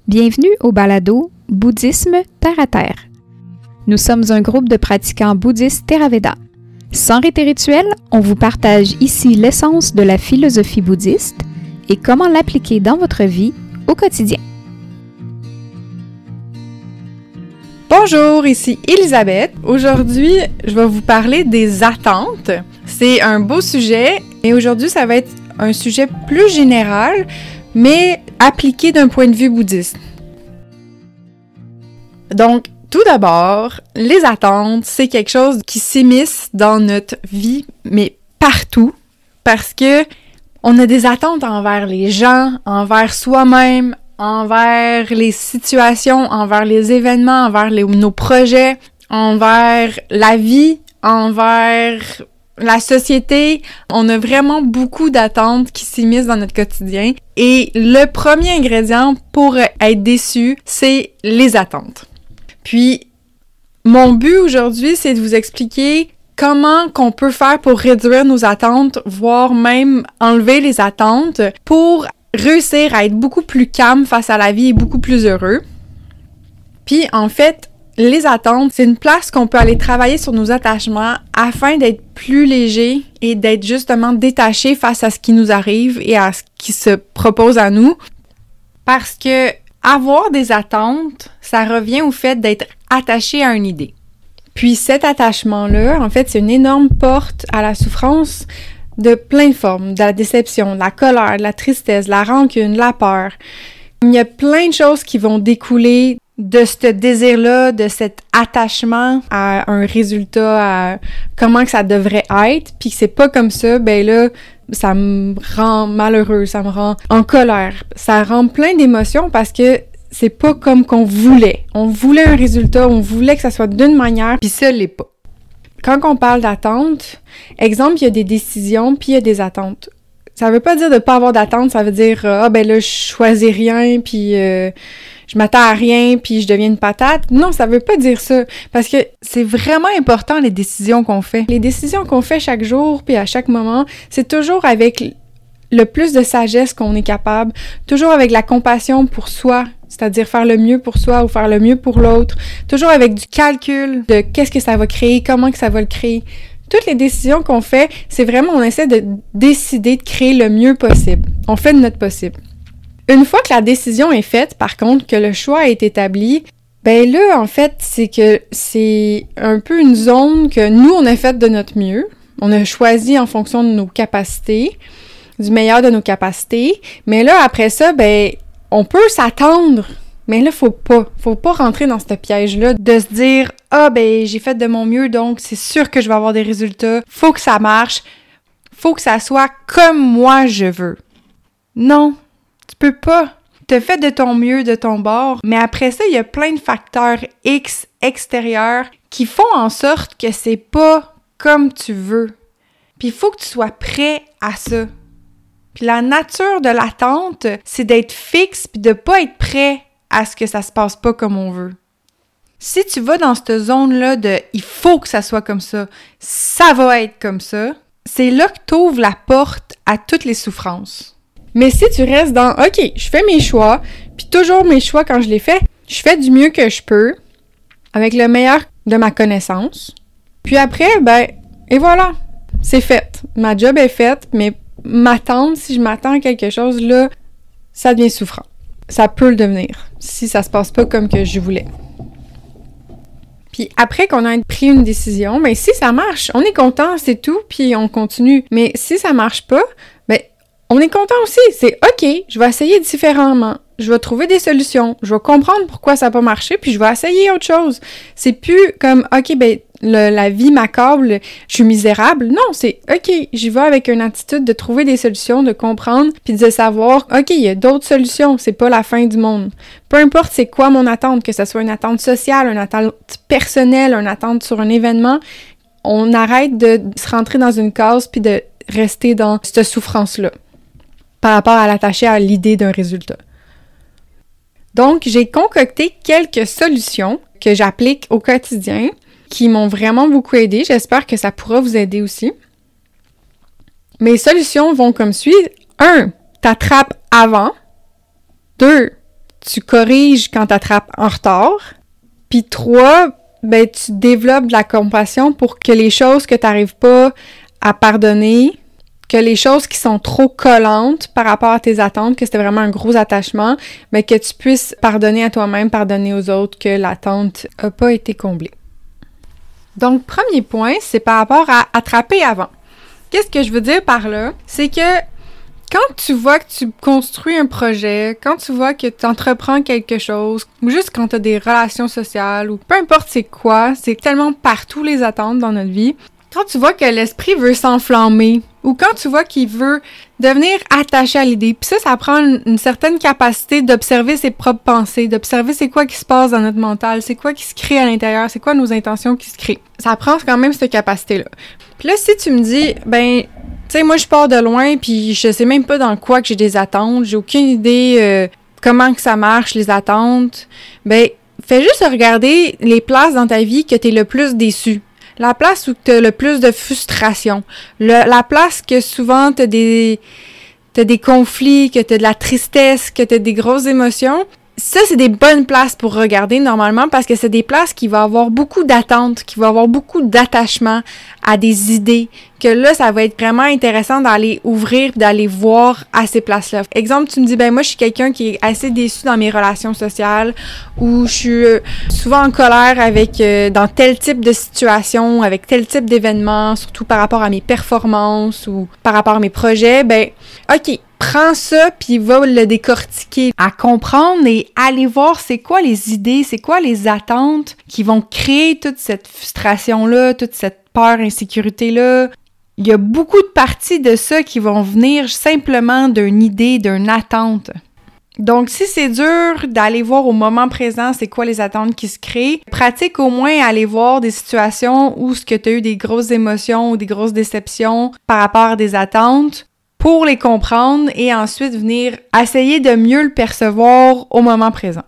Bienvenue au balado Bouddhisme Terre à Terre. Nous sommes un groupe de pratiquants bouddhistes Theravada. Sans rite et rituel, on vous partage ici l'essence de la philosophie bouddhiste et comment l'appliquer dans votre vie au quotidien. Bonjour, ici Elisabeth. Aujourd'hui, je vais vous parler des attentes. C'est un beau sujet et aujourd'hui, ça va être un sujet plus général, mais appliqué d'un point de vue bouddhiste. Donc, tout d'abord, les attentes, c'est quelque chose qui s'immisce dans notre vie, mais partout, parce que on a des attentes envers les gens, envers soi-même, envers les situations, envers les événements, envers nos projets, envers la vie, envers la société. On a vraiment beaucoup d'attentes qui s'immiscent dans notre quotidien. Et le premier ingrédient pour être déçu, c'est les attentes. Puis, mon but aujourd'hui, c'est de vous expliquer comment qu'on peut faire pour réduire nos attentes, voire même enlever les attentes pour réussir à être beaucoup plus calme face à la vie et beaucoup plus heureux. Puis, en fait, les attentes, c'est une place qu'on peut aller travailler sur nos attachements afin d'être plus léger et d'être justement détaché face à ce qui nous arrive et à ce qui se propose à nous. Parce que avoir des attentes, ça revient au fait d'être attaché à une idée. Puis cet attachement-là, en fait, c'est une énorme porte à la souffrance de plein de formes, de la déception, de la colère, de la tristesse, de la rancune, de la peur. Il y a plein de choses qui vont découler de ce désir-là, de cet attachement à un résultat, à comment que ça devrait être, puis que c'est pas comme ça, ben là, ça me rend malheureux, ça me rend en colère, ça rend plein d'émotions parce que c'est pas comme qu'on voulait. On voulait un résultat, on voulait que ça soit d'une manière, puis ça l'est pas. Quand on parle d'attente, exemple, il y a des décisions, puis il y a des attentes. Ça veut pas dire de pas avoir d'attente, ça veut dire ben là, je choisis rien, puis je m'attends à rien, puis je deviens une patate. Non, ça veut pas dire ça, parce que c'est vraiment important les décisions qu'on fait. Les décisions qu'on fait chaque jour, puis à chaque moment, c'est toujours avec le plus de sagesse qu'on est capable, toujours avec la compassion pour soi, c'est-à-dire faire le mieux pour soi ou faire le mieux pour l'autre, toujours avec du calcul de qu'est-ce que ça va créer, comment que ça va le créer. Toutes les décisions qu'on fait, c'est vraiment, on essaie de décider de créer le mieux possible. On fait de notre possible. Une fois que la décision est faite, par contre, que le choix est établi, ben là, en fait, c'est que c'est un peu une zone que nous, on a faite de notre mieux. On a choisi en fonction de nos capacités, du meilleur de nos capacités. Mais là, après ça, ben, on peut s'attendre. Mais là, faut pas rentrer dans ce piège-là de se dire « Ah, ben, j'ai fait de mon mieux, donc c'est sûr que je vais avoir des résultats. Faut que ça marche. Faut que ça soit comme moi je veux. » Non, tu peux pas. T'as fait de ton mieux, de ton bord, mais après ça, il y a plein de facteurs X extérieurs qui font en sorte que c'est pas comme tu veux. Puis il faut que tu sois prêt à ça. Puis la nature de l'attente, c'est d'être fixe puis de pas être prêt à ce que ça se passe pas comme on veut. Si tu vas dans cette zone-là de « il faut que ça soit comme ça, ça va être comme ça », c'est là que t'ouvres la porte à toutes les souffrances. Mais si tu restes dans « OK, je fais mes choix, puis toujours mes choix quand je les fais, je fais du mieux que je peux, avec le meilleur de ma connaissance, puis après, ben, et voilà, c'est fait. Ma job est faite, mais m'attendre, si je m'attends à quelque chose, là, ça devient souffrant. Ça peut le devenir, si ça se passe pas comme que je voulais. Puis après qu'on a pris une décision, ben si ça marche, on est content, c'est tout, puis on continue. Mais si ça marche pas, ben on est content aussi. C'est OK, je vais essayer différemment. Je vais trouver des solutions. Je vais comprendre pourquoi ça n'a pas marché, puis je vais essayer autre chose. C'est plus comme OK, ben la vie m'accable, je suis misérable. Non, c'est OK, j'y vais avec une attitude de trouver des solutions, de comprendre, puis de savoir, OK, il y a d'autres solutions, c'est pas la fin du monde. Peu importe c'est quoi mon attente, que ce soit une attente sociale, une attente personnelle, une attente sur un événement, on arrête de se rentrer dans une case puis de rester dans cette souffrance-là par rapport à l'attacher à l'idée d'un résultat. Donc, j'ai concocté quelques solutions que j'applique au quotidien qui m'ont vraiment beaucoup aidé. J'espère que ça pourra vous aider aussi. Mes solutions vont comme suit. 1. T'attrapes avant. 2. tu corriges quand tu attrapes en retard. Puis 3, ben tu développes de la compassion pour que les choses que tu n'arrives pas à pardonner, que les choses qui sont trop collantes par rapport à tes attentes, que c'était vraiment un gros attachement, ben que tu puisses pardonner à toi-même, pardonner aux autres que l'attente n'a pas été comblée. Donc, premier point, c'est par rapport à attraper avant. Qu'est-ce que je veux dire par là? C'est que quand tu vois que tu construis un projet, quand tu vois que tu entreprends quelque chose, ou juste quand tu as des relations sociales, ou peu importe c'est quoi, c'est tellement partout les attentes dans notre vie, quand tu vois que l'esprit veut s'enflammer, ou quand tu vois qu'il veut devenir attaché à l'idée, puis ça prend une certaine capacité d'observer ses propres pensées, d'observer c'est quoi qui se passe dans notre mental, c'est quoi qui se crée à l'intérieur, c'est quoi nos intentions qui se créent. Ça prend quand même cette capacité-là. Puis là, si tu me dis, ben, tu sais, moi je pars de loin, puis je sais même pas dans quoi que j'ai des attentes, j'ai aucune idée comment que ça marche, les attentes, ben, fais juste regarder les places dans ta vie que t'es le plus déçu. La place où t'as le plus de frustration. La place que souvent t'as des conflits, que t'as de la tristesse, que t'as des grosses émotions. Ça, c'est des bonnes places pour regarder normalement parce que c'est des places qui vont avoir beaucoup d'attentes, qui vont avoir beaucoup d'attachement à des idées, que là, ça va être vraiment intéressant d'aller ouvrir, d'aller voir à ces places-là. Exemple, tu me dis, ben moi, je suis quelqu'un qui est assez déçu dans mes relations sociales ou je suis souvent en colère avec dans tel type de situation, avec tel type d'événement, surtout par rapport à mes performances ou par rapport à mes projets, ben, OK. Prends ça, puis va le décortiquer, à comprendre et aller voir c'est quoi les idées, c'est quoi les attentes qui vont créer toute cette frustration-là, toute cette peur, insécurité-là. Il y a beaucoup de parties de ça qui vont venir simplement d'une idée, d'une attente. Donc, si c'est dur d'aller voir au moment présent c'est quoi les attentes qui se créent, pratique au moins à aller voir des situations où ce que tu as eu des grosses émotions ou des grosses déceptions par rapport à des attentes, pour les comprendre et ensuite venir essayer de mieux le percevoir au moment présent.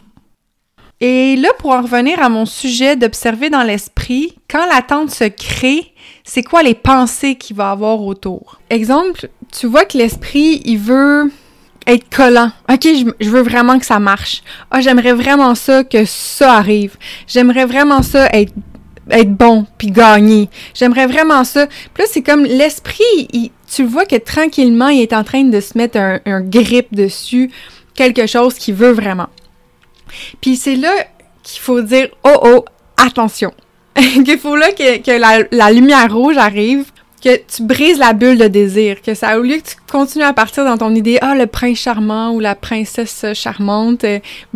Et là, pour en revenir à mon sujet d'observer dans l'esprit, quand l'attente se crée, c'est quoi les pensées qu'il va avoir autour? Exemple, tu vois que l'esprit, il veut être collant. OK, je veux vraiment que ça marche. Ah, j'aimerais vraiment ça que ça arrive. J'aimerais vraiment ça être bon puis gagner. J'aimerais vraiment ça. Puis là, c'est comme l'esprit, tu le vois que tranquillement, il est en train de se mettre un grip dessus, quelque chose qu'il veut vraiment. Puis c'est là qu'il faut dire « Oh, attention! » Qu'il faut là que la lumière rouge arrive, que tu brises la bulle de désir, que ça, au lieu que tu continues à partir dans ton idée « Ah, le prince charmant ou la princesse charmante, blabla. »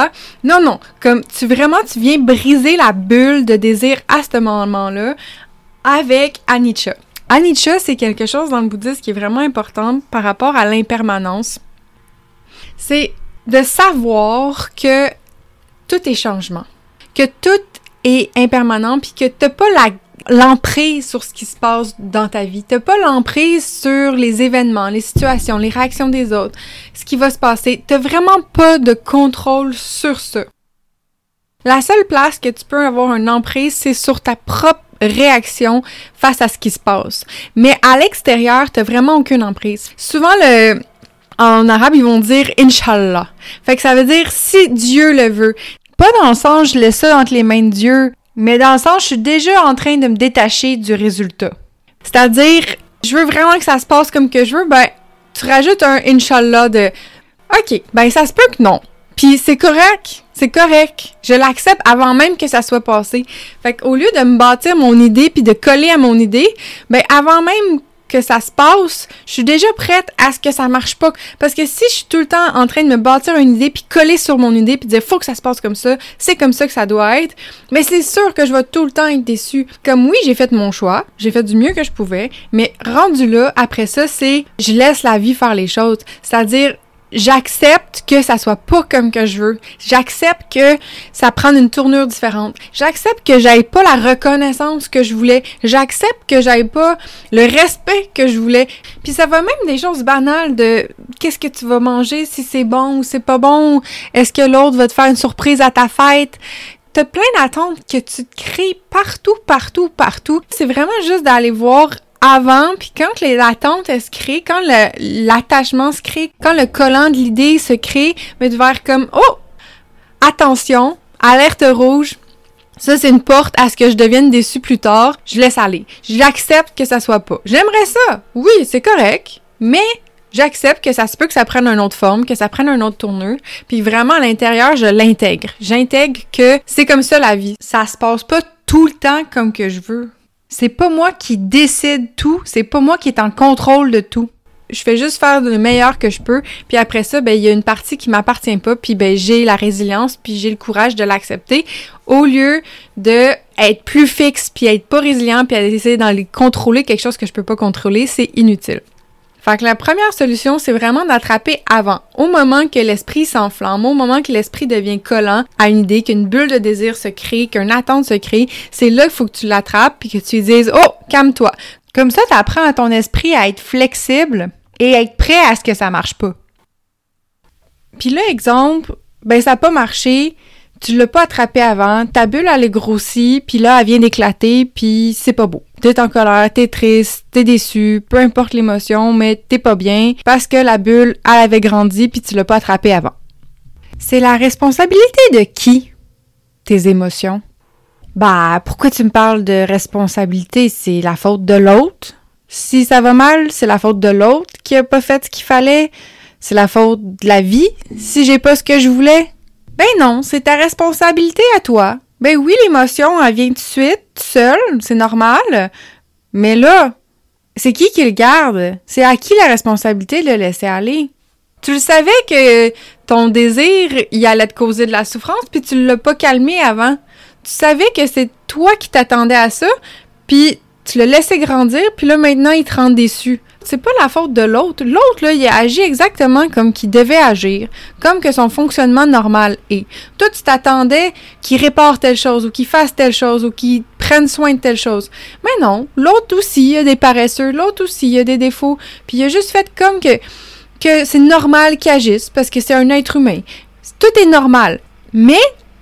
Non, comme tu viens briser la bulle de désir à ce moment-là avec Anicca. Anicca, c'est quelque chose dans le bouddhisme qui est vraiment important par rapport à l'impermanence. C'est de savoir que tout est changement, que tout est impermanent, puis que t'as pas l'emprise sur ce qui se passe dans ta vie. T'as pas l'emprise sur les événements, les situations, les réactions des autres, ce qui va se passer. T'as vraiment pas de contrôle sur ça. La seule place que tu peux avoir une emprise, c'est sur ta propre réaction face à ce qui se passe. Mais à l'extérieur, t'as vraiment aucune emprise. Souvent, en arabe, ils vont dire « Inch'Allah ». Fait que ça veut dire « si Dieu le veut ». Pas dans le sens « je laisse ça entre les mains de Dieu », mais dans le sens « je suis déjà en train de me détacher du résultat ». C'est-à-dire « je veux vraiment que ça se passe comme que je veux », ben, tu rajoutes un « Inch'Allah » de « OK, ben ça se peut que non ». Puis c'est correct. Je l'accepte avant même que ça soit passé. Fait qu'au lieu de me bâtir mon idée puis de coller à mon idée, ben avant même que ça se passe, je suis déjà prête à ce que ça marche pas. Parce que si je suis tout le temps en train de me bâtir une idée puis coller sur mon idée puis dire faut que ça se passe comme ça, c'est comme ça que ça doit être, mais c'est sûr que je vais tout le temps être déçue. Comme oui, j'ai fait mon choix, j'ai fait du mieux que je pouvais, mais rendu là, après ça, c'est je laisse la vie faire les choses. C'est-à-dire j'accepte que ça soit pas comme que je veux. J'accepte que ça prenne une tournure différente. J'accepte que j'aille pas la reconnaissance que je voulais. J'accepte que j'aille pas le respect que je voulais. Puis ça va même des choses banales de qu'est-ce que tu vas manger, si c'est bon ou c'est pas bon. Est-ce que l'autre va te faire une surprise à ta fête? T'as plein d'attentes que tu te crées partout. C'est vraiment juste d'aller voir avant, puis quand l'attente elle se crée, quand l'attachement se crée, quand le collant de l'idée se crée, mais de faire comme « Oh! Attention! Alerte rouge! » Ça, c'est une porte à ce que je devienne déçue plus tard. Je laisse aller. J'accepte que ça soit pas. J'aimerais ça. Oui, c'est correct. Mais j'accepte que ça se peut que ça prenne une autre forme, que ça prenne une autre tournure. Puis vraiment, à l'intérieur, je l'intègre. J'intègre que c'est comme ça la vie. Ça se passe pas tout le temps comme que je veux. C'est pas moi qui décide tout. C'est pas moi qui est en contrôle de tout. Je fais juste faire le meilleur que je peux, puis après ça, ben il y a une partie qui m'appartient pas, puis ben j'ai la résilience, puis j'ai le courage de l'accepter, au lieu de être plus fixe, puis être pas résilient, puis essayer d'aller contrôler quelque chose que je peux pas contrôler, c'est inutile. Fait que la première solution, c'est vraiment d'attraper avant, au moment que l'esprit s'enflamme, au moment que l'esprit devient collant à une idée, qu'une bulle de désir se crée, qu'une attente se crée, c'est là qu'il faut que tu l'attrapes, puis que tu lui dises « Oh, calme-toi ». Comme ça, tu apprends à ton esprit à être flexible et à être prêt à ce que ça marche pas. Puis là, exemple, ben ça n'a pas marché, tu l'as pas attrapé avant, ta bulle, elle est grossie, puis là, elle vient d'éclater, puis c'est pas beau. T'es en colère, t'es triste, t'es déçu, peu importe l'émotion, mais t'es pas bien parce que la bulle, elle avait grandi, puis tu l'as pas attrapé avant. C'est la responsabilité de qui, tes émotions? Bah, pourquoi tu me parles de responsabilité? C'est la faute de l'autre? Si ça va mal, c'est la faute de l'autre qui a pas fait ce qu'il fallait? C'est la faute de la vie si j'ai pas ce que je voulais? Ben non, c'est ta responsabilité à toi. Ben oui, l'émotion, elle vient tout de suite, seule, c'est normal. Mais là, c'est qui le garde? C'est à qui la responsabilité de le laisser aller? Tu le savais que ton désir, il allait te causer de la souffrance, puis tu l'as pas calmé avant. Tu savais que c'est toi qui t'attendais à ça, puis tu l'as laissé grandir, puis là, maintenant, il te rend déçu. C'est pas la faute de l'autre. L'autre, là, il a agi exactement comme qu'il devait agir, comme que son fonctionnement normal est. Toi, tu t'attendais qu'il répare telle chose, ou qu'il fasse telle chose, ou qu'il prenne soin de telle chose. Mais non, l'autre aussi, il a des paresseux, l'autre aussi, il a des défauts, puis il a juste fait comme que c'est normal qu'il agisse, parce que c'est un être humain. Tout est normal. Mais,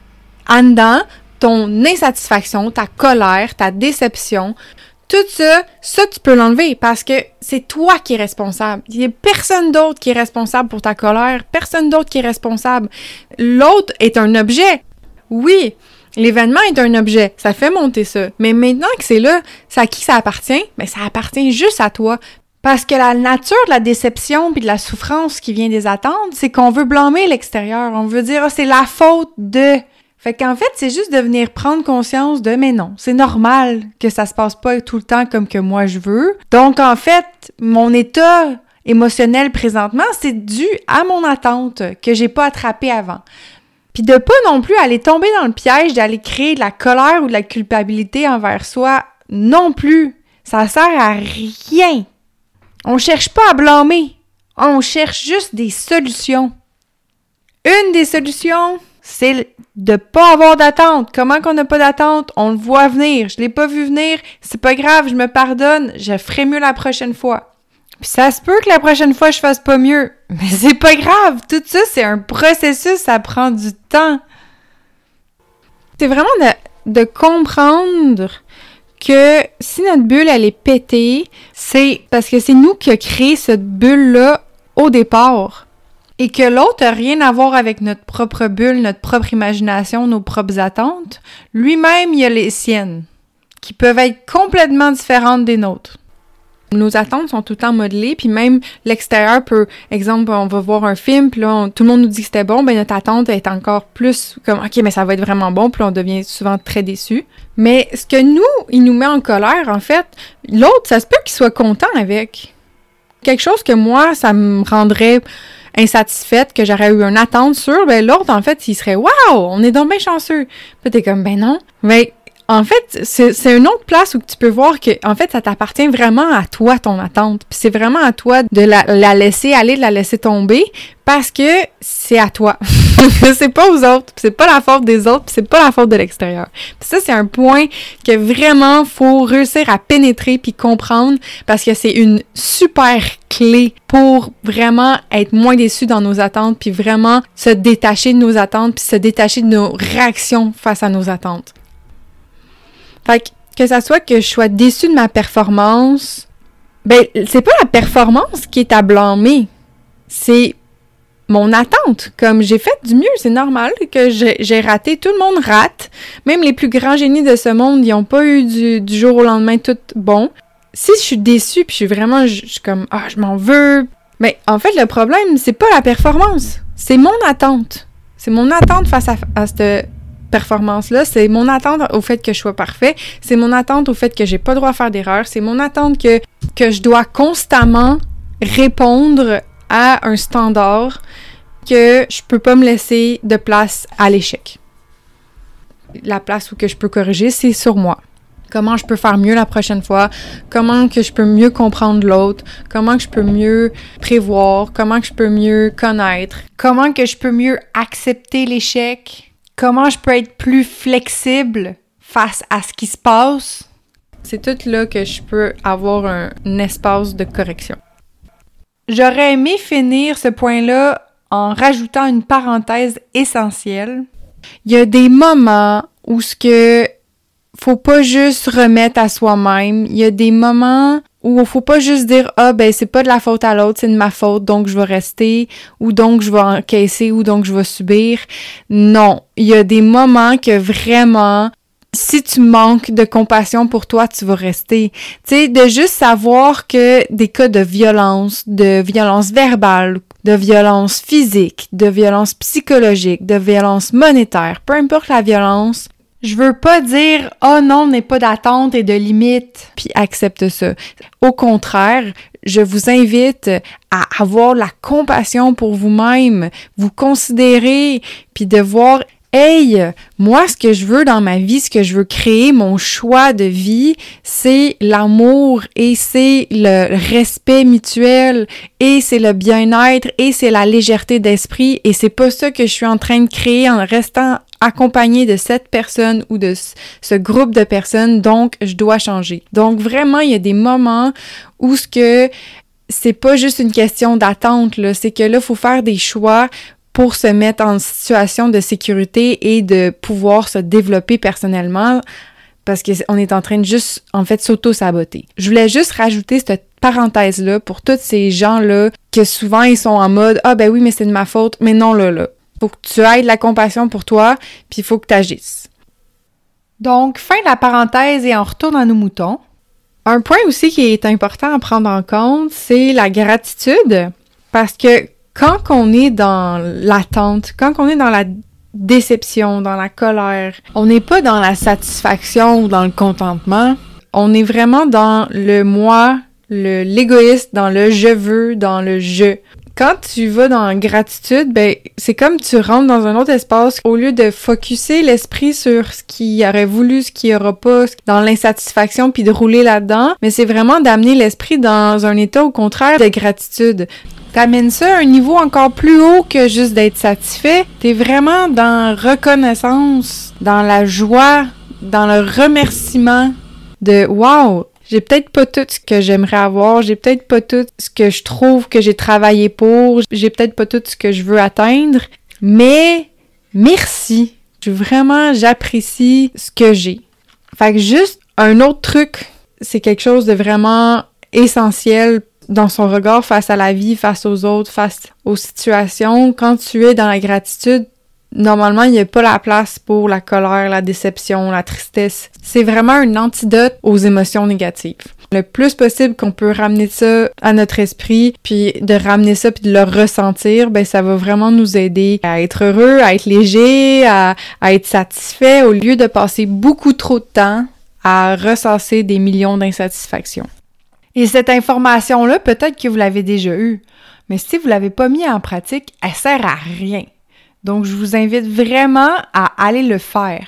en dedans, ton insatisfaction, ta colère, ta déception, tout ça tu peux l'enlever parce que c'est toi qui es responsable. Il n'y a personne d'autre qui est responsable pour ta colère, personne d'autre qui est responsable. L'autre est un objet. Oui, l'événement est un objet, ça fait monter ça. Mais maintenant que c'est là, c'est à qui ça appartient? Ben ça appartient juste à toi. Parce que la nature de la déception puis de la souffrance qui vient des attentes, c'est qu'on veut blâmer l'extérieur. On veut dire « Ah, c'est la faute de... » Fait qu'en fait, c'est juste de venir prendre conscience de « Mais non, c'est normal que ça se passe pas tout le temps comme que moi je veux. » Donc, en fait, mon état émotionnel présentement, c'est dû à mon attente que j'ai pas attrapé avant. Puis de pas non plus aller tomber dans le piège d'aller créer de la colère ou de la culpabilité envers soi non plus. Ça sert à rien. On cherche pas à blâmer. On cherche juste des solutions. Une des solutions, c'est de pas avoir d'attente. Comment qu'on n'a pas d'attente? On le voit venir. Je l'ai pas vu venir. C'est pas grave, je me pardonne. Je ferai mieux la prochaine fois. Puis ça se peut que la prochaine fois, je fasse pas mieux. Mais c'est pas grave. Tout ça, c'est un processus. Ça prend du temps. C'est vraiment de comprendre que si notre bulle, elle est pétée, c'est parce que c'est nous qui a créé cette bulle-là au départ. Et que l'autre n'a rien à voir avec notre propre bulle, notre propre imagination, nos propres attentes. Lui-même, il a les siennes, qui peuvent être complètement différentes des nôtres. Nos attentes sont tout le temps modelées, puis même l'extérieur peut, exemple, on va voir un film, puis là, tout le monde nous dit que c'était bon, ben notre attente est encore plus comme « Ok, mais ça va être vraiment bon », puis on devient souvent très déçu. Mais ce que il nous met en colère, en fait, l'autre, ça se peut qu'il soit content avec. Quelque chose que moi, ça me rendrait insatisfaite, que j'aurais eu une attente sur, ben l'autre, en fait, il serait « Wow, on est donc bien chanceux ». Puis t'es comme « Ben non ». Mais en fait, c'est une autre place où tu peux voir que, en fait, ça t'appartient vraiment à toi, ton attente. Puis c'est vraiment à toi de la laisser aller, de la laisser tomber, parce que c'est à toi. C'est pas aux autres, puis c'est pas la faute des autres, puis c'est pas la faute de l'extérieur. Puis ça, c'est un point que vraiment faut réussir à pénétrer puis comprendre, parce que c'est une super clé pour vraiment être moins déçu dans nos attentes, puis vraiment se détacher de nos attentes, puis se détacher de nos réactions face à nos attentes. Fait que que ça soit que je sois déçue de ma performance, ben, c'est pas la performance qui est à blâmer. C'est mon attente. Comme j'ai fait du mieux, c'est normal que j'ai raté. Tout le monde rate. Même les plus grands génies de ce monde, ils n'ont pas eu du jour au lendemain tout bon. Si je suis déçue, puis je suis comme, je m'en veux. Mais en fait, le problème, c'est pas la performance. C'est mon attente. C'est mon attente face à cette performance-là. C'est mon attente au fait que je sois parfait. C'est mon attente au fait que j'ai pas le droit à faire d'erreur. C'est mon attente que je dois constamment répondre à un standard, que je peux pas me laisser de place à l'échec. La place où que je peux corriger, c'est sur moi. Comment je peux faire mieux la prochaine fois, comment que je peux mieux comprendre l'autre, comment que je peux mieux prévoir, comment que je peux mieux connaître, comment que je peux mieux accepter l'échec, comment je peux être plus flexible face à ce qui se passe. C'est tout là que je peux avoir un espace de correction. J'aurais aimé finir ce point-là en rajoutant une parenthèse essentielle. Il y a des moments où faut pas juste remettre à soi-même. Il y a des moments où faut pas juste dire c'est pas de la faute à l'autre, c'est de ma faute, donc je vais rester, ou donc je vais encaisser, ou donc je vais subir. Non, il y a des moments que vraiment, si tu manques de compassion pour toi, tu vas rester. Tu sais, de juste savoir que des cas de violence verbale, de violence physique, de violence psychologique, de violence monétaire, peu importe la violence, je veux pas dire « Oh non, n'aie pas d'attente et de limite », puis accepte ça. Au contraire, je vous invite à avoir la compassion pour vous-même, vous considérer, puis de voir « Hey, moi, ce que je veux dans ma vie, ce que je veux créer, mon choix de vie, c'est l'amour et c'est le respect mutuel et c'est le bien-être et c'est la légèreté d'esprit et c'est pas ça que je suis en train de créer en restant accompagnée de cette personne ou de ce groupe de personnes, donc je dois changer. » Donc vraiment, il y a des moments où c'est pas juste une question d'attente, là, c'est que là, il faut faire des choix pour se mettre en situation de sécurité et de pouvoir se développer personnellement parce qu'on est en train de juste, en fait, s'auto-saboter. Je voulais juste rajouter cette parenthèse-là pour tous ces gens-là que souvent, ils sont en mode « Ah ben oui, mais c'est de ma faute. » Mais non, là. Faut que tu aies de la compassion pour toi, puis il faut que tu agisses. Donc, fin de la parenthèse et on retourne à nos moutons. Un point aussi qui est important à prendre en compte, c'est la gratitude parce que quand on est dans l'attente, quand on est dans la déception, dans la colère, on n'est pas dans la satisfaction ou dans le contentement. On est vraiment dans le moi, l'égoïste, dans le je veux, dans le je. Quand tu vas dans la gratitude, ben c'est comme tu rentres dans un autre espace au lieu de focusser l'esprit sur ce qu'il aurait voulu, ce qu'il n'y aura pas, dans l'insatisfaction puis de rouler là-dedans, mais c'est vraiment d'amener l'esprit dans un état au contraire de gratitude. T'amènes ça à un niveau encore plus haut que juste d'être satisfait. T'es vraiment dans reconnaissance, dans la joie, dans le remerciement de « Wow! J'ai peut-être pas tout ce que j'aimerais avoir, j'ai peut-être pas tout ce que je trouve que j'ai travaillé pour, j'ai peut-être pas tout ce que je veux atteindre, mais merci! J'apprécie ce que j'ai. » Fait que juste un autre truc, c'est quelque chose de vraiment essentiel dans son regard face à la vie, face aux autres, face aux situations. Quand tu es dans la gratitude, normalement, il n'y a pas la place pour la colère, la déception, la tristesse. C'est vraiment un antidote aux émotions négatives. Le plus possible qu'on peut ramener ça à notre esprit, puis de ramener ça, puis de le ressentir, ben ça va vraiment nous aider à être heureux, à être léger, à être satisfait, au lieu de passer beaucoup trop de temps à ressasser des millions d'insatisfactions. Et cette information-là, peut-être que vous l'avez déjà eue, mais si vous l'avez pas mis en pratique, elle sert à rien. Donc, je vous invite vraiment à aller le faire.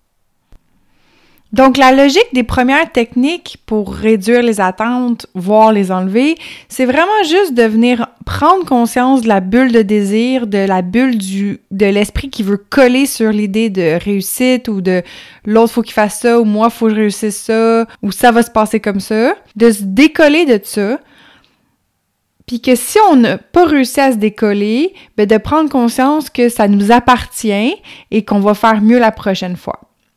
Donc, la logique des premières techniques pour réduire les attentes, voire les enlever, c'est vraiment juste de venir prendre conscience de la bulle de désir, de la bulle de l'esprit qui veut coller sur l'idée de réussite ou de l'autre faut qu'il fasse ça ou moi faut que je réussisse ça ou ça va se passer comme ça, de se décoller de ça. Puis que si on n'a pas réussi à se décoller, ben de prendre conscience que ça nous appartient et qu'on va faire mieux la prochaine fois.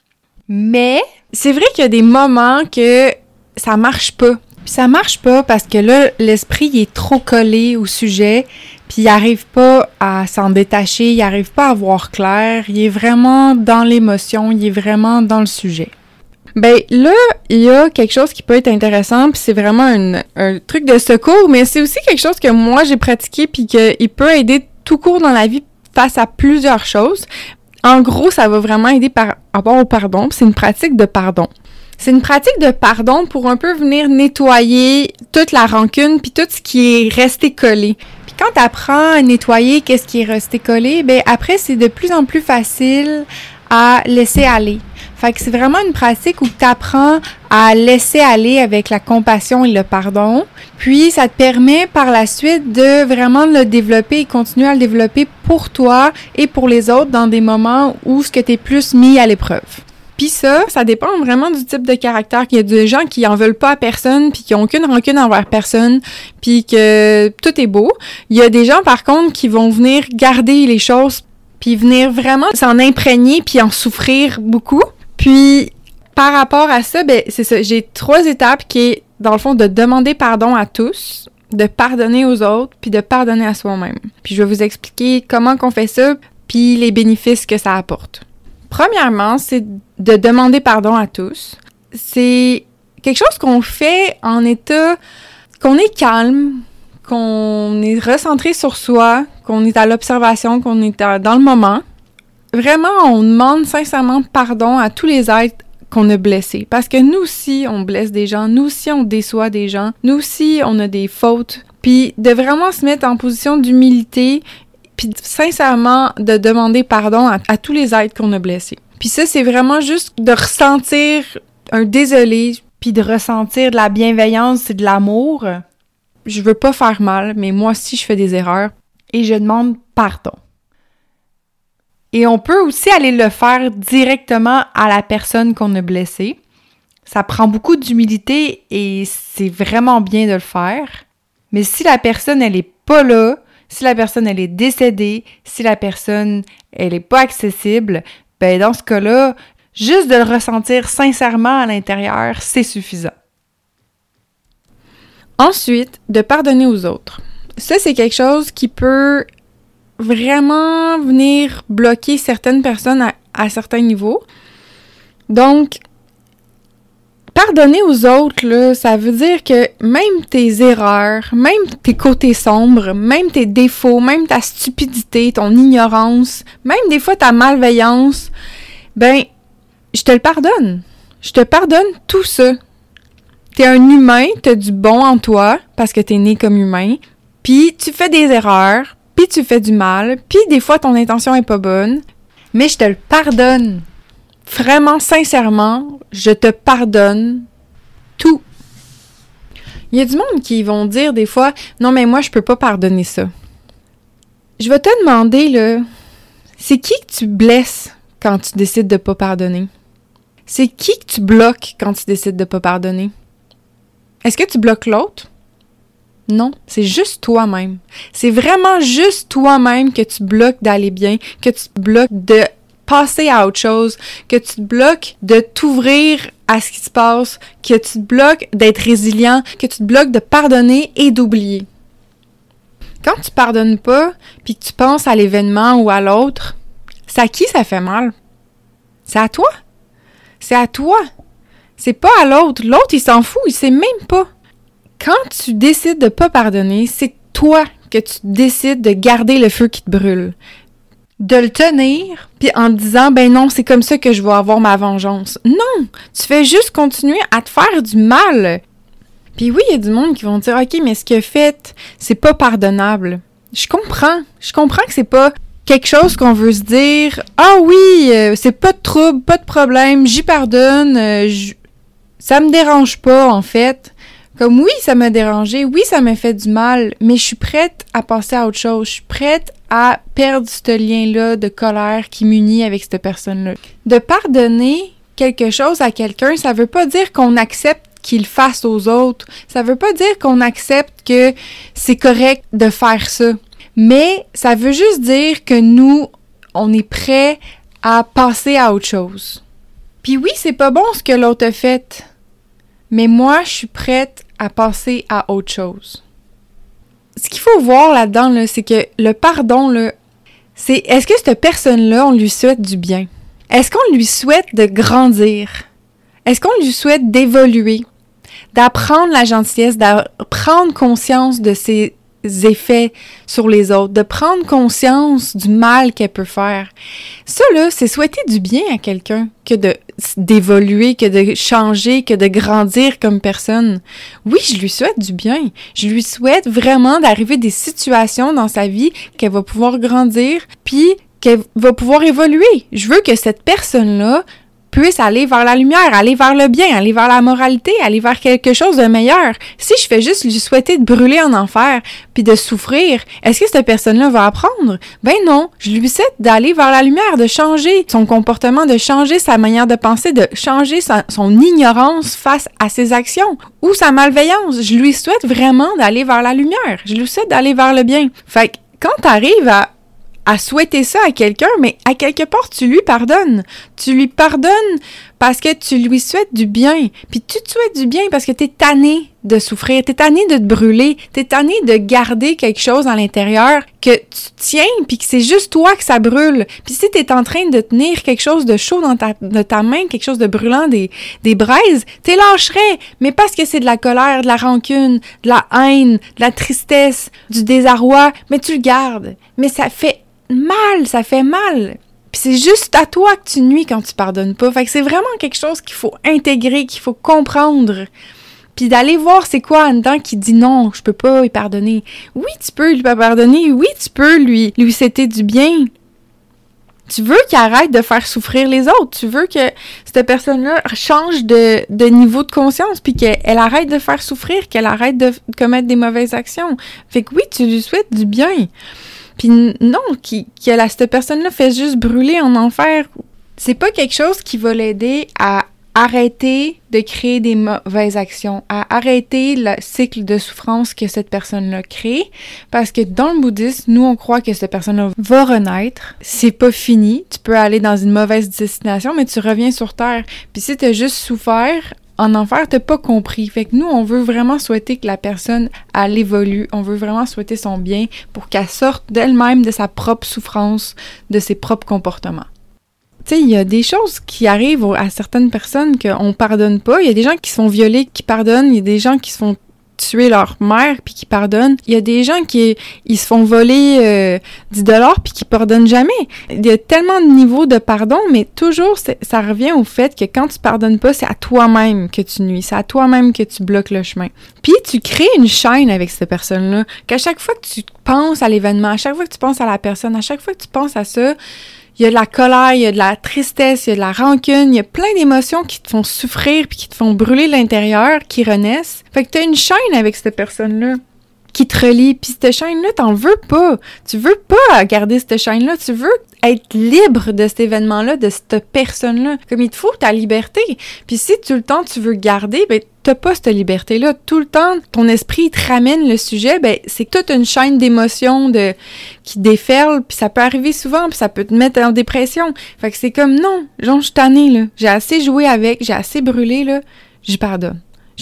Mais c'est vrai qu'il y a des moments que ça marche pas. Puis ça marche pas parce que là, l'esprit il est trop collé au sujet, puis il arrive pas à s'en détacher, il arrive pas à voir clair, il est vraiment dans l'émotion, il est vraiment dans le sujet. Ben là, il y a quelque chose qui peut être intéressant, puis c'est vraiment un truc de secours, mais c'est aussi quelque chose que moi j'ai pratiqué, puis qu'il peut aider tout court dans la vie face à plusieurs choses. En gros, ça va vraiment aider par rapport au pardon, puis c'est une pratique de pardon. C'est une pratique de pardon pour un peu venir nettoyer toute la rancune puis tout ce qui est resté collé. Puis quand t'apprends à nettoyer qu'est-ce qui est resté collé, ben après c'est de plus en plus facile à laisser aller. Fait que c'est vraiment une pratique où t'apprends à laisser aller avec la compassion et le pardon. Puis ça te permet par la suite de vraiment le développer et continuer à le développer pour toi et pour les autres dans des moments où ce que t'es plus mis à l'épreuve. Puis ça dépend vraiment du type de caractère. Il y a des gens qui en veulent pas à personne, puis qui ont aucune rancune envers personne, puis que tout est beau. Il y a des gens, par contre, qui vont venir garder les choses, puis venir vraiment s'en imprégner, puis en souffrir beaucoup. Puis, par rapport à ça, ben c'est ça. J'ai 3 étapes qui est, dans le fond, de demander pardon à tous, de pardonner aux autres, puis de pardonner à soi-même. Puis je vais vous expliquer comment qu'on fait ça, puis les bénéfices que ça apporte. Premièrement, c'est de demander pardon à tous. C'est quelque chose qu'on fait en état, qu'on est calme, qu'on est recentré sur soi, qu'on est à l'observation, qu'on est dans le moment. Vraiment, on demande sincèrement pardon à tous les êtres qu'on a blessés. Parce que nous aussi, on blesse des gens, nous aussi, on déçoit des gens, nous aussi, on a des fautes. Puis de vraiment se mettre en position d'humilité, puis sincèrement de demander pardon à tous les êtres qu'on a blessés. Puis ça, c'est vraiment juste de ressentir un désolé, puis de ressentir de la bienveillance et de l'amour. Je veux pas faire mal, mais moi aussi, je fais des erreurs et je demande pardon. Et on peut aussi aller le faire directement à la personne qu'on a blessée. Ça prend beaucoup d'humilité et c'est vraiment bien de le faire. Mais si la personne, elle est pas là, si la personne, elle est décédée, si la personne, elle est pas accessible, ben dans ce cas-là, juste de le ressentir sincèrement à l'intérieur, c'est suffisant. Ensuite, de pardonner aux autres. Ça, c'est quelque chose qui peut vraiment venir bloquer certaines personnes à certains niveaux. Donc, pardonner aux autres, là, ça veut dire que même tes erreurs, même tes côtés sombres, même tes défauts, même ta stupidité, ton ignorance, même des fois ta malveillance, ben, je te le pardonne. Je te pardonne tout ça. T'es un humain, t'as du bon en toi, parce que t'es né comme humain, puis tu fais des erreurs, puis tu fais du mal, puis des fois ton intention est pas bonne, mais je te le pardonne. Vraiment, sincèrement, je te pardonne tout. Il y a du monde qui vont dire des fois « Non, mais moi, je peux pas pardonner ça. » Je vais te demander, là, c'est qui que tu blesses quand tu décides de pas pardonner? C'est qui que tu bloques quand tu décides de pas pardonner? Est-ce que tu bloques l'autre? Non, c'est juste toi-même. C'est vraiment juste toi-même que tu bloques d'aller bien, que tu bloques de passer à autre chose, que tu te bloques de t'ouvrir à ce qui se passe, que tu te bloques d'être résilient, que tu te bloques de pardonner et d'oublier. Quand tu pardonnes pas, puis que tu penses à l'événement ou à l'autre, c'est à qui ça fait mal? C'est à toi. C'est à toi. C'est pas à l'autre. L'autre, il s'en fout, il sait même pas. Quand tu décides de pas pardonner, c'est toi que tu décides de garder le feu qui te brûle. De le tenir, puis en te disant « Ben non, c'est comme ça que je vais avoir ma vengeance. » Non! Tu fais juste continuer à te faire du mal. Puis oui, il y a du monde qui vont dire « Ok, mais ce qu'il a fait, c'est pas pardonnable. » Je comprends que c'est pas quelque chose qu'on veut se dire « Ah oui, c'est pas de trouble, pas de problème, j'y pardonne, ça me dérange pas en fait. » Comme oui, ça m'a dérangé, oui, ça m'a fait du mal, mais je suis prête à passer à autre chose. Je suis prête à perdre ce lien-là de colère qui m'unit avec cette personne-là. De pardonner quelque chose à quelqu'un, ça veut pas dire qu'on accepte qu'il le fasse aux autres. Ça veut pas dire qu'on accepte que c'est correct de faire ça. Mais ça veut juste dire que nous, on est prêt à passer à autre chose. Puis oui, c'est pas bon ce que l'autre a fait, mais moi, je suis prête à passer à autre chose. Ce qu'il faut voir là-dedans, là, c'est que le pardon, là, c'est est-ce que cette personne-là, on lui souhaite du bien? Est-ce qu'on lui souhaite de grandir? Est-ce qu'on lui souhaite d'évoluer? D'apprendre la gentillesse, d'apprendre conscience de ses effets sur les autres, de prendre conscience du mal qu'elle peut faire. Ça, là, c'est souhaiter du bien à quelqu'un que d'évoluer, que de changer, que de grandir comme personne. Oui, je lui souhaite du bien. Je lui souhaite vraiment d'arriver des situations dans sa vie qu'elle va pouvoir grandir, puis qu'elle va pouvoir évoluer. Je veux que cette personne-là puisse aller vers la lumière, aller vers le bien, aller vers la moralité, aller vers quelque chose de meilleur. Si je fais juste lui souhaiter de brûler en enfer puis de souffrir, est-ce que cette personne-là va apprendre? Ben non, je lui souhaite d'aller vers la lumière, de changer son comportement, de changer sa manière de penser, de changer son ignorance face à ses actions ou sa malveillance. Je lui souhaite vraiment d'aller vers la lumière. Je lui souhaite d'aller vers le bien. Fait que quand t'arrives à souhaiter ça à quelqu'un, mais à quelque part, tu lui pardonnes. Tu lui pardonnes parce que tu lui souhaites du bien. Puis tu te souhaites du bien parce que t'es tanné de souffrir, t'es tanné de te brûler, t'es tanné de garder quelque chose à l'intérieur que tu tiens puis que c'est juste toi que ça brûle. Puis si t'es en train de tenir quelque chose de chaud de ta main, quelque chose de brûlant, des braises, t'es lâcherais. Mais parce que c'est de la colère, de la rancune, de la haine, de la tristesse, du désarroi, mais tu le gardes. Mais ça fait mal. Puis c'est juste à toi que tu nuis quand tu pardonnes pas. Fait que c'est vraiment quelque chose qu'il faut intégrer, qu'il faut comprendre. Puis d'aller voir c'est quoi en dedans qui dit non, je peux pas lui pardonner. Oui, tu peux lui pardonner. Oui, tu peux lui souhaiter du bien. Tu veux qu'il arrête de faire souffrir les autres. Tu veux que cette personne-là change de niveau de conscience puis qu'elle arrête de faire souffrir, qu'elle arrête de commettre des mauvaises actions. Fait que oui, tu lui souhaites du bien. Puis non, que cette personne-là fait juste brûler en enfer. C'est pas quelque chose qui va l'aider à arrêter de créer des mauvaises actions, à arrêter le cycle de souffrance que cette personne-là crée. Parce que dans le bouddhisme, nous, on croit que cette personne-là va renaître. C'est pas fini. Tu peux aller dans une mauvaise destination, mais tu reviens sur Terre. Puis si t'as juste souffert en enfer, t'as pas compris. Fait que nous, on veut vraiment souhaiter que la personne, elle évolue. On veut vraiment souhaiter son bien pour qu'elle sorte d'elle-même de sa propre souffrance, de ses propres comportements. Tu sais, il y a des choses qui arrivent à certaines personnes qu'on pardonne pas. Il y a des gens qui se font violer, qui pardonnent. Il y a des gens qui se font tuer leur mère puis qui pardonnent. Il y a des gens qui ils se font voler 10 $ puis qui pardonnent jamais. Il y a tellement de niveaux de pardon, mais toujours ça revient au fait que quand tu pardonnes pas, c'est à toi-même que tu nuis, c'est à toi-même que tu bloques le chemin. Puis tu crées une chaîne avec cette personne-là, qu'à chaque fois que tu penses à l'événement, à chaque fois que tu penses à la personne, à chaque fois que tu penses à ça, il y a de la colère, il y a de la tristesse, il y a de la rancune, il y a plein d'émotions qui te font souffrir puis qui te font brûler l'intérieur, qui renaissent. Fait que t'as une chaîne avec cette personne-là qui te relie, puis cette chaîne-là, t'en veux pas. Tu veux pas garder cette chaîne-là, tu veux être libre de cet événement-là, de cette personne-là. Comme il te faut ta liberté. Puis si tout le temps tu veux garder, ben t'as pas cette liberté-là. Tout le temps, ton esprit te ramène le sujet, ben c'est toute une chaîne d'émotions qui déferle, puis ça peut arriver souvent, puis ça peut te mettre en dépression. Fait que c'est comme, non, genre, je suis tannée, là. J'ai assez joué avec, j'ai assez brûlé, là. J'y pardonne.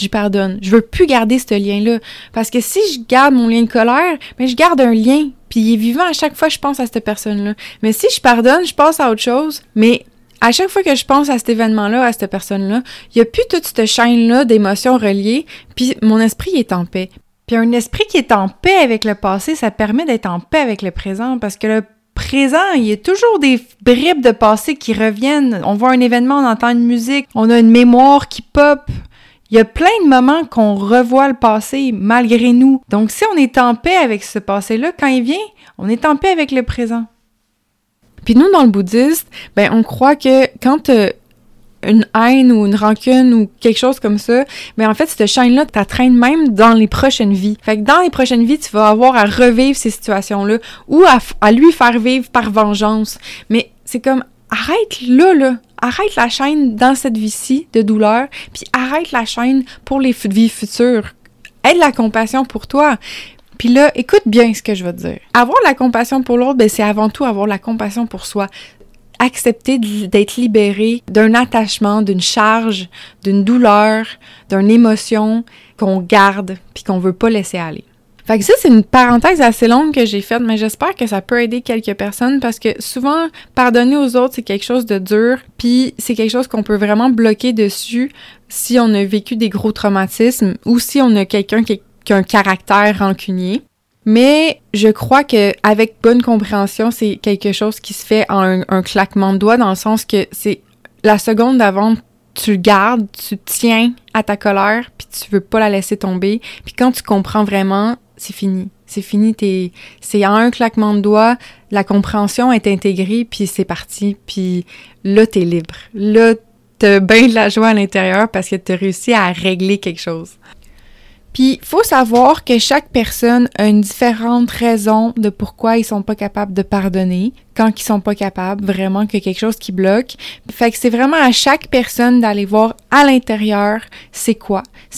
Je veux plus garder ce lien-là. Parce que si je garde mon lien de colère, ben je garde un lien. Puis il est vivant à chaque fois que je pense à cette personne-là. Mais si je pardonne, je passe à autre chose. Mais à chaque fois que je pense à cet événement-là, à cette personne-là, il n'y a plus toute cette chaîne-là d'émotions reliées. Puis mon esprit est en paix. Puis un esprit qui est en paix avec le passé, ça permet d'être en paix avec le présent. Parce que le présent, il y a toujours des bribes de passé qui reviennent. On voit un événement, on entend une musique, on a une mémoire qui pop. Il y a plein de moments qu'on revoit le passé malgré nous. Donc, si on est en paix avec ce passé-là, quand il vient, on est en paix avec le présent. Puis nous, dans le bouddhisme, ben on croit que quand t'as une haine ou une rancune ou quelque chose comme ça, ben en fait, cette chaîne-là t'entraîne même dans les prochaines vies. Fait que dans les prochaines vies, tu vas avoir à revivre ces situations-là ou à lui faire vivre par vengeance. Mais c'est comme, arrête là. Arrête la chaîne dans cette vie-ci de douleur, puis arrête la chaîne pour les vies futures. Aie de la compassion pour toi. Puis là, écoute bien ce que je vais te dire. Avoir de la compassion pour l'autre, ben c'est avant tout avoir de la compassion pour soi. accepter d'être libéré d'un attachement, d'une charge, d'une douleur, d'une émotion qu'on garde puis qu'on veut pas laisser aller. Fait que ça, c'est une parenthèse assez longue que j'ai faite, mais j'espère que ça peut aider quelques personnes parce que souvent, pardonner aux autres, c'est quelque chose de dur, puis c'est quelque chose qu'on peut vraiment bloquer dessus si on a vécu des gros traumatismes ou si on a quelqu'un qui a un caractère rancunier. Mais je crois que avec bonne compréhension, c'est quelque chose qui se fait en un claquement de doigts, dans le sens que c'est la seconde d'avant, tu le gardes, tu tiens à ta colère, puis tu veux pas la laisser tomber. Puis quand tu comprends vraiment, c'est fini. C'est fini, c'est en un claquement de doigts, la compréhension est intégrée, puis c'est parti. Puis là, t'es libre. Là, t'as bien de la joie à l'intérieur parce que t'as réussi à régler quelque chose. Puis, faut savoir que chaque personne a une différente raison de pourquoi ils sont pas capables de pardonner, quand ils sont pas capables, vraiment qu'il y a quelque chose qui bloque. Fait que c'est vraiment à chaque personne d'aller voir à l'intérieur, c'est quoi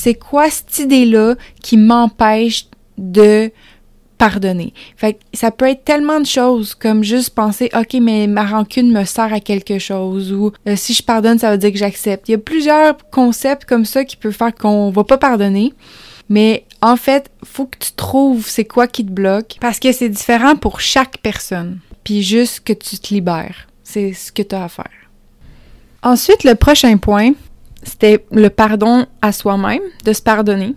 cette idée-là qui m'empêche de pardonner. Fait que ça peut être tellement de choses, comme juste penser, OK, mais ma rancune me sert à quelque chose, ou si je pardonne, ça veut dire que j'accepte. Il y a plusieurs concepts comme ça qui peuvent faire qu'on va pas pardonner. Mais en fait, faut que tu trouves c'est quoi qui te bloque parce que c'est différent pour chaque personne. Puis juste que tu te libères. C'est ce que tu as à faire. Ensuite, le prochain point, c'était le pardon à soi-même, de se pardonner.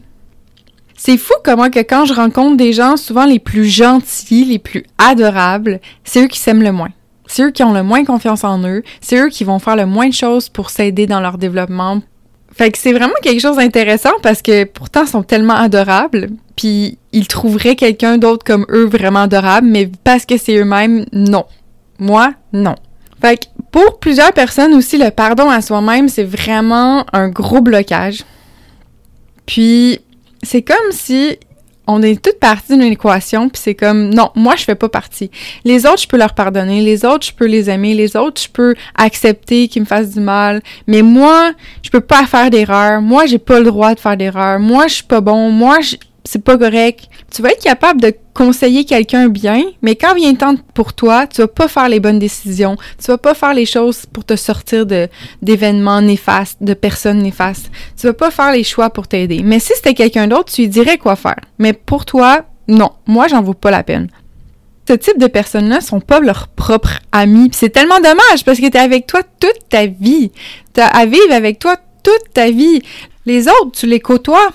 C'est fou comment que quand je rencontre des gens, souvent les plus gentils, les plus adorables, c'est eux qui s'aiment le moins. C'est eux qui ont le moins confiance en eux. C'est eux qui vont faire le moins de choses pour s'aider dans leur développement. Fait que c'est vraiment quelque chose d'intéressant parce que pourtant ils sont tellement adorables, puis ils trouveraient quelqu'un d'autre comme eux vraiment adorable, mais parce que c'est eux-mêmes, non. Moi, non. Fait que pour plusieurs personnes aussi, le pardon à soi-même, c'est vraiment un gros blocage. Puis c'est comme si on est toutes parties d'une équation, puis c'est comme, non, moi, je fais pas partie. Les autres, je peux leur pardonner. Les autres, je peux les aimer. Les autres, je peux accepter qu'ils me fassent du mal. Mais moi, je peux pas faire d'erreur. Moi, j'ai pas le droit de faire d'erreur. Moi, je suis pas bon. Moi, c'est pas correct. Tu vas être capable de conseiller quelqu'un bien, mais quand vient le temps pour toi, tu vas pas faire les bonnes décisions. Tu vas pas faire les choses pour te sortir d'événements néfastes, de personnes néfastes. Tu vas pas faire les choix pour t'aider. Mais si c'était quelqu'un d'autre, tu lui dirais quoi faire. Mais pour toi, non. Moi, j'en vaut pas la peine. Ce type de personnes-là sont pas leurs propres amis. Puis c'est tellement dommage parce que t'es avec toi toute ta vie. T'as à vivre avec toi toute ta vie. Les autres, tu les côtoies.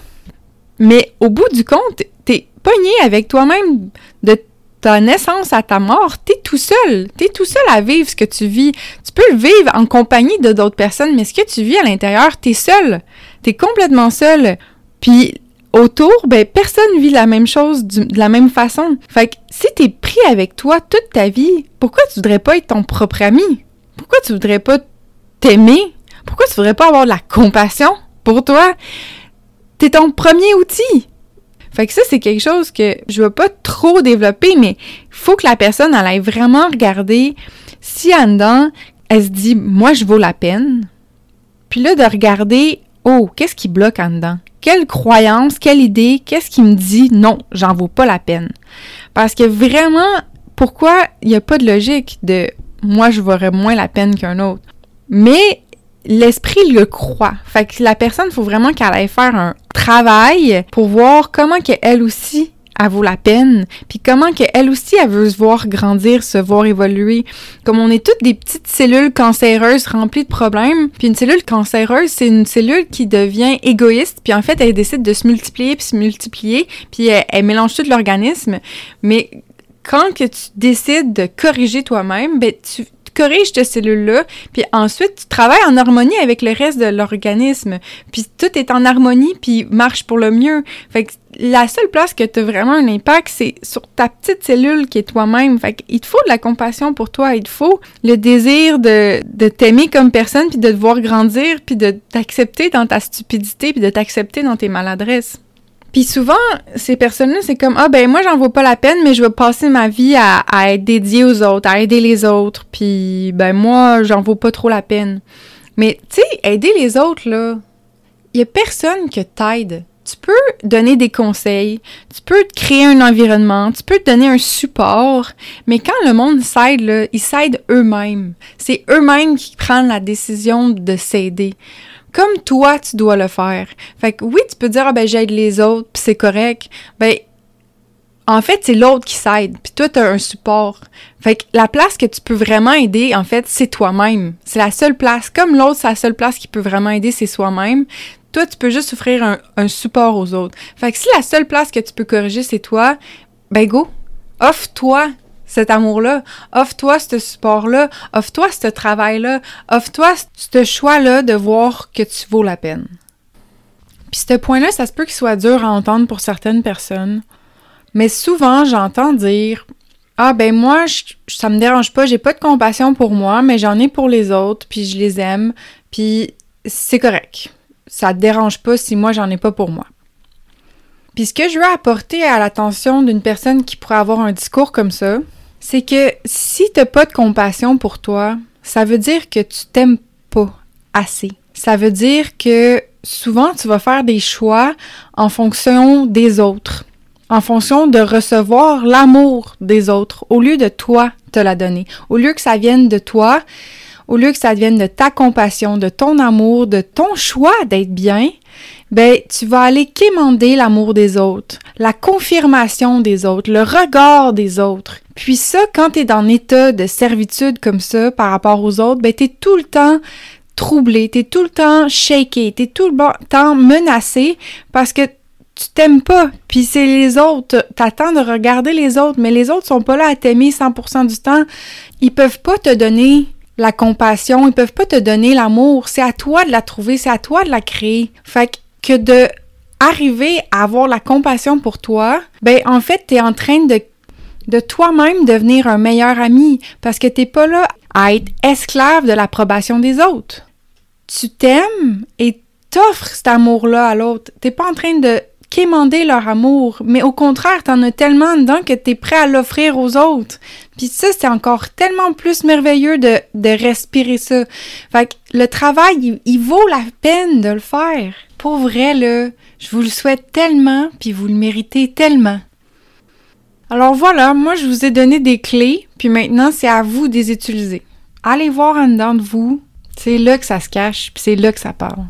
Mais au bout du compte, t'es pogné avec toi-même de ta naissance à ta mort. T'es tout seul. T'es tout seul à vivre ce que tu vis. Tu peux le vivre en compagnie de d'autres personnes, mais ce que tu vis à l'intérieur, t'es seul. T'es complètement seul. Puis autour, ben personne vit la même chose de la même façon. Fait que si t'es pris avec toi toute ta vie, pourquoi tu voudrais pas être ton propre ami? Pourquoi tu voudrais pas t'aimer? Pourquoi tu voudrais pas avoir de la compassion pour toi? C'est ton premier outil. Fait que ça, c'est quelque chose que je veux pas trop développer, mais il faut que la personne, elle aille vraiment regarder si en dedans, elle se dit, moi, je vaux la peine. Puis là, de regarder, oh, qu'est-ce qui bloque en dedans? Quelle croyance, quelle idée, qu'est-ce qui me dit, non, j'en vaux pas la peine? Parce que vraiment, pourquoi il n'y a pas de logique de, moi, je vaurais moins la peine qu'un autre? Mais l'esprit le croit. Fait que la personne, il faut vraiment qu'elle aille faire un travail pour voir comment qu'elle aussi, elle vaut la peine, puis comment qu'elle aussi, elle veut se voir grandir, se voir évoluer. Comme on est toutes des petites cellules cancéreuses remplies de problèmes, puis une cellule cancéreuse, c'est une cellule qui devient égoïste, puis en fait, elle décide de se multiplier, puis elle mélange tout l'organisme. Mais quand que tu décides de corriger toi-même, ben tu corriges cette cellule-là, puis ensuite, tu travailles en harmonie avec le reste de l'organisme, puis tout est en harmonie, puis marche pour le mieux. Fait que la seule place que tu as vraiment un impact, c'est sur ta petite cellule qui est toi-même. Fait qu'il te faut de la compassion pour toi, il te faut le désir de t'aimer comme personne, puis de te voir grandir, puis de t'accepter dans ta stupidité, puis de t'accepter dans tes maladresses. Puis souvent, ces personnes-là, c'est comme « Ah, ben moi, j'en vaux pas la peine, mais je vais passer ma vie à être dédiée aux autres, à aider les autres, puis ben moi, j'en vaux pas trop la peine. » Mais tu sais, aider les autres, là, il y a personne que t'aide tu peux donner des conseils, tu peux te créer un environnement, tu peux te donner un support, mais quand le monde s'aide, là, ils s'aident eux-mêmes. C'est eux-mêmes qui prennent la décision de s'aider. Comme toi, tu dois le faire. Fait que oui, tu peux dire « Ah ben j'aide les autres, puis c'est correct ». Ben, en fait, c'est l'autre qui s'aide, puis toi, t'as un support. Fait que la place que tu peux vraiment aider, en fait, c'est toi-même. C'est la seule place. Comme l'autre, c'est la seule place qui peut vraiment aider, c'est soi-même. Toi, tu peux juste offrir un support aux autres. Fait que si la seule place que tu peux corriger, c'est toi, ben go, offre-toi cet amour-là, offre-toi ce support-là, offre-toi ce travail-là, offre-toi ce choix-là de voir que tu vaux la peine. Puis ce point-là, ça se peut qu'il soit dur à entendre pour certaines personnes, mais souvent, j'entends dire « Ah ben moi, ça me dérange pas, j'ai pas de compassion pour moi, mais j'en ai pour les autres, puis je les aime, puis c'est correct. » Ça te dérange pas si moi, j'en ai pas pour moi. Puis ce que je veux apporter à l'attention d'une personne qui pourrait avoir un discours comme ça, c'est que si t'as pas de compassion pour toi, ça veut dire que tu t'aimes pas assez. Ça veut dire que souvent, tu vas faire des choix en fonction des autres, en fonction de recevoir l'amour des autres, au lieu de toi te la donner. Au lieu que ça vienne de toi, au lieu que ça vienne de ta compassion, de ton amour, de ton choix d'être bien, ben tu vas aller quémander l'amour des autres, la confirmation des autres, le regard des autres. Puis ça, quand t'es dans un état de servitude comme ça par rapport aux autres, ben t'es tout le temps troublé, t'es tout le temps shaké, t'es tout le temps menacé parce que tu t'aimes pas, puis c'est les autres. T'attends de regarder les autres, mais les autres sont pas là à t'aimer 100% du temps. Ils peuvent pas te donner la compassion, ils peuvent pas te donner l'amour. C'est à toi de la trouver, c'est à toi de la créer. Fait que de arriver à avoir la compassion pour toi, ben en fait, t'es en train de toi-même devenir un meilleur ami parce que t'es pas là à être esclave de l'approbation des autres. Tu t'aimes et t'offres cet amour-là à l'autre. T'es pas en train de quémander leur amour, mais au contraire, t'en as tellement dedans que t'es prêt à l'offrir aux autres. Puis ça, c'est encore tellement plus merveilleux de respirer ça. Fait que le travail, il vaut la peine de le faire. Pour vrai, là, je vous le souhaite tellement, puis vous le méritez tellement. Alors voilà, moi, je vous ai donné des clés, puis maintenant, c'est à vous de les utiliser. Allez voir en dedans de vous, c'est là que ça se cache, puis c'est là que ça parle.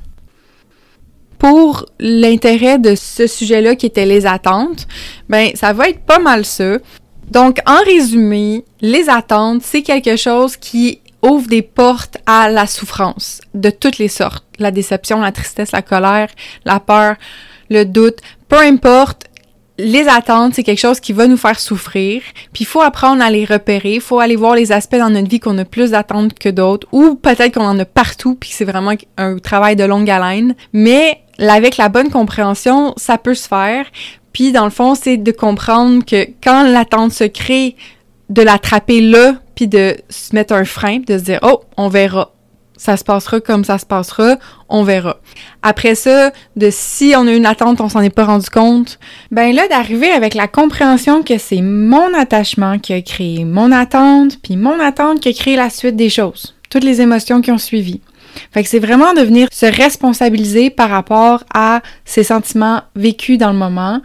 Pour l'intérêt de ce sujet-là qui était les attentes, ben ça va être pas mal ça. Donc, en résumé, les attentes, c'est quelque chose qui ouvre des portes à la souffrance de toutes les sortes. La déception, la tristesse, la colère, la peur, le doute, peu importe. Les attentes, c'est quelque chose qui va nous faire souffrir, puis il faut apprendre à les repérer, il faut aller voir les aspects dans notre vie qu'on a plus d'attentes que d'autres, ou peut-être qu'on en a partout, puis c'est vraiment un travail de longue haleine, mais avec la bonne compréhension, ça peut se faire, puis dans le fond, c'est de comprendre que quand l'attente se crée, de l'attraper là, puis de se mettre un frein, de se dire « Oh, on verra ». Ça se passera comme ça se passera, on verra. Après ça, si on a une attente, on s'en est pas rendu compte, ben là, d'arriver avec la compréhension que c'est mon attachement qui a créé mon attente, puis mon attente qui a créé la suite des choses, toutes les émotions qui ont suivi. Fait que c'est vraiment de venir se responsabiliser par rapport à ces sentiments vécus dans le moment,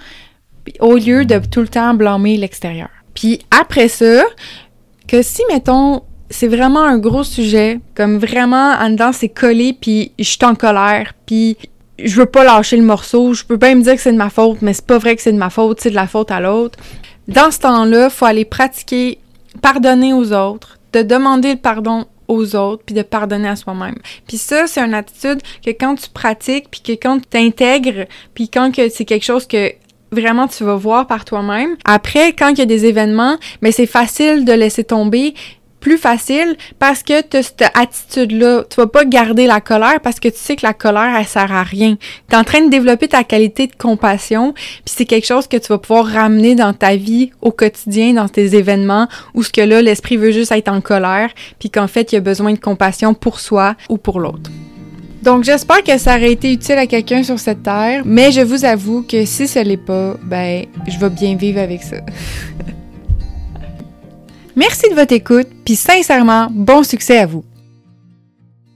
au lieu de tout le temps blâmer l'extérieur. Puis après ça, que si, mettons, c'est vraiment un gros sujet, comme vraiment, en dedans, c'est collé, puis je suis en colère, puis je veux pas lâcher le morceau, je peux bien me dire que c'est de ma faute, mais c'est pas vrai que c'est de ma faute, c'est de la faute à l'autre. Dans ce temps-là, faut aller pratiquer, pardonner aux autres, de demander le pardon aux autres, puis de pardonner à soi-même. Puis ça, c'est une attitude que quand tu pratiques, puis que quand tu t'intègres, puis quand que c'est quelque chose que vraiment tu vas voir par toi-même, après, quand il y a des événements, mais c'est facile de laisser tomber, plus facile parce que tu as cette attitude-là. Tu vas pas garder la colère parce que tu sais que la colère, elle sert à rien. Tu es en train de développer ta qualité de compassion, puis c'est quelque chose que tu vas pouvoir ramener dans ta vie au quotidien, dans tes événements, où ce que là, l'esprit veut juste être en colère, puis qu'en fait, il y a besoin de compassion pour soi ou pour l'autre. Donc, j'espère que ça aurait été utile à quelqu'un sur cette terre, mais je vous avoue que si ce l'est pas, ben, je vais bien vivre avec ça. Merci de votre écoute, puis sincèrement, bon succès à vous!